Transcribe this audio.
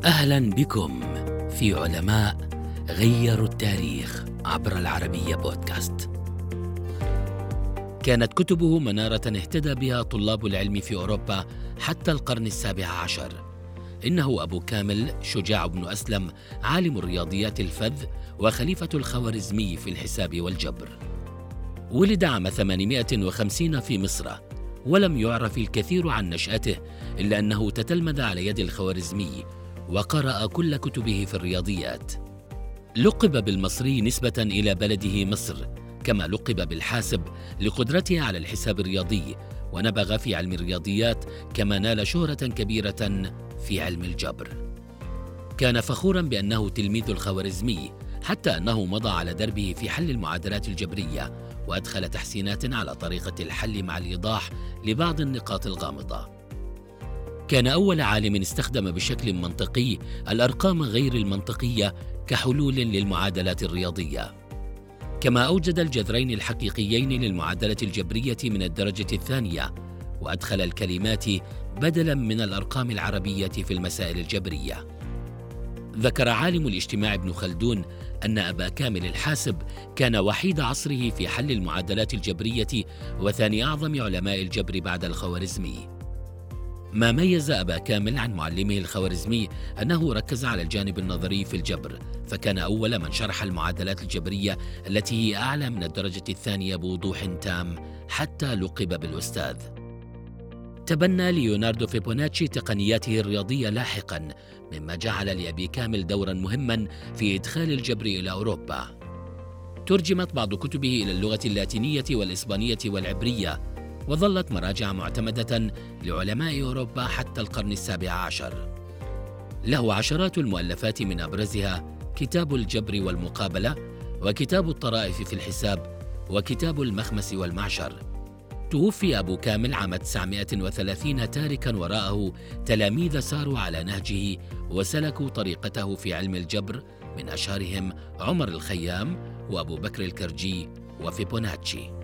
أهلا بكم في علماء غيروا التاريخ عبر العربية بودكاست. كانت كتبه منارة اهتدى بها طلاب العلم في أوروبا حتى القرن 17. إنه أبو كامل شجاع بن أسلم، عالم الرياضيات الفذ وخليفة الخوارزمي في الحساب والجبر. ولد عام 850 في مصر، ولم يعرف الكثير عن نشأته، إلا أنه تتلمذ على يد الخوارزمي وقرأ كل كتبه في الرياضيات. لقب بالمصري نسبة إلى بلده مصر، كما لقب بالحاسب لقدرته على الحساب الرياضي، ونبغ في علم الرياضيات، كما نال شهرة كبيرة في علم الجبر. كان فخورا بأنه تلميذ الخوارزمي، حتى أنه مضى على دربه في حل المعادلات الجبرية، وأدخل تحسينات على طريقة الحل مع الإيضاح لبعض النقاط الغامضة. كان أول عالم استخدم بشكل منطقي الأرقام غير المنطقية كحلول للمعادلات الرياضية، كما أوجد الجذرين الحقيقيين للمعادلة الجبرية من الدرجة الثانية، وأدخل الكلمات بدلاً من الأرقام العربية في المسائل الجبرية. ذكر عالم الاجتماع ابن خلدون أن أبا كامل الحاسب كان وحيد عصره في حل المعادلات الجبرية، وثاني أعظم علماء الجبر بعد الخوارزمي. ما ميز أبا كامل عن معلمه الخوارزمي أنه ركز على الجانب النظري في الجبر، فكان أول من شرح المعادلات الجبرية التي هي أعلى من الدرجة الثانية بوضوح تام، حتى لقب بالأستاذ. تبنى ليوناردو فيبوناتشي تقنياته الرياضية لاحقا، مما جعل لأبي كامل دورا مهما في إدخال الجبر إلى أوروبا. ترجمت بعض كتبه إلى اللغة اللاتينية والإسبانية والعبرية، وظلت مراجع معتمدة لعلماء أوروبا حتى القرن 17. له عشرات المؤلفات، من أبرزها كتاب الجبر والمقابلة، وكتاب الطرائف في الحساب، وكتاب المخمس والمعشر. توفي أبو كامل عام 930 تاركا وراءه تلاميذ ساروا على نهجه وسلكوا طريقته في علم الجبر، من أشهرهم عمر الخيام وأبو بكر الكرجي وفيبوناتشي.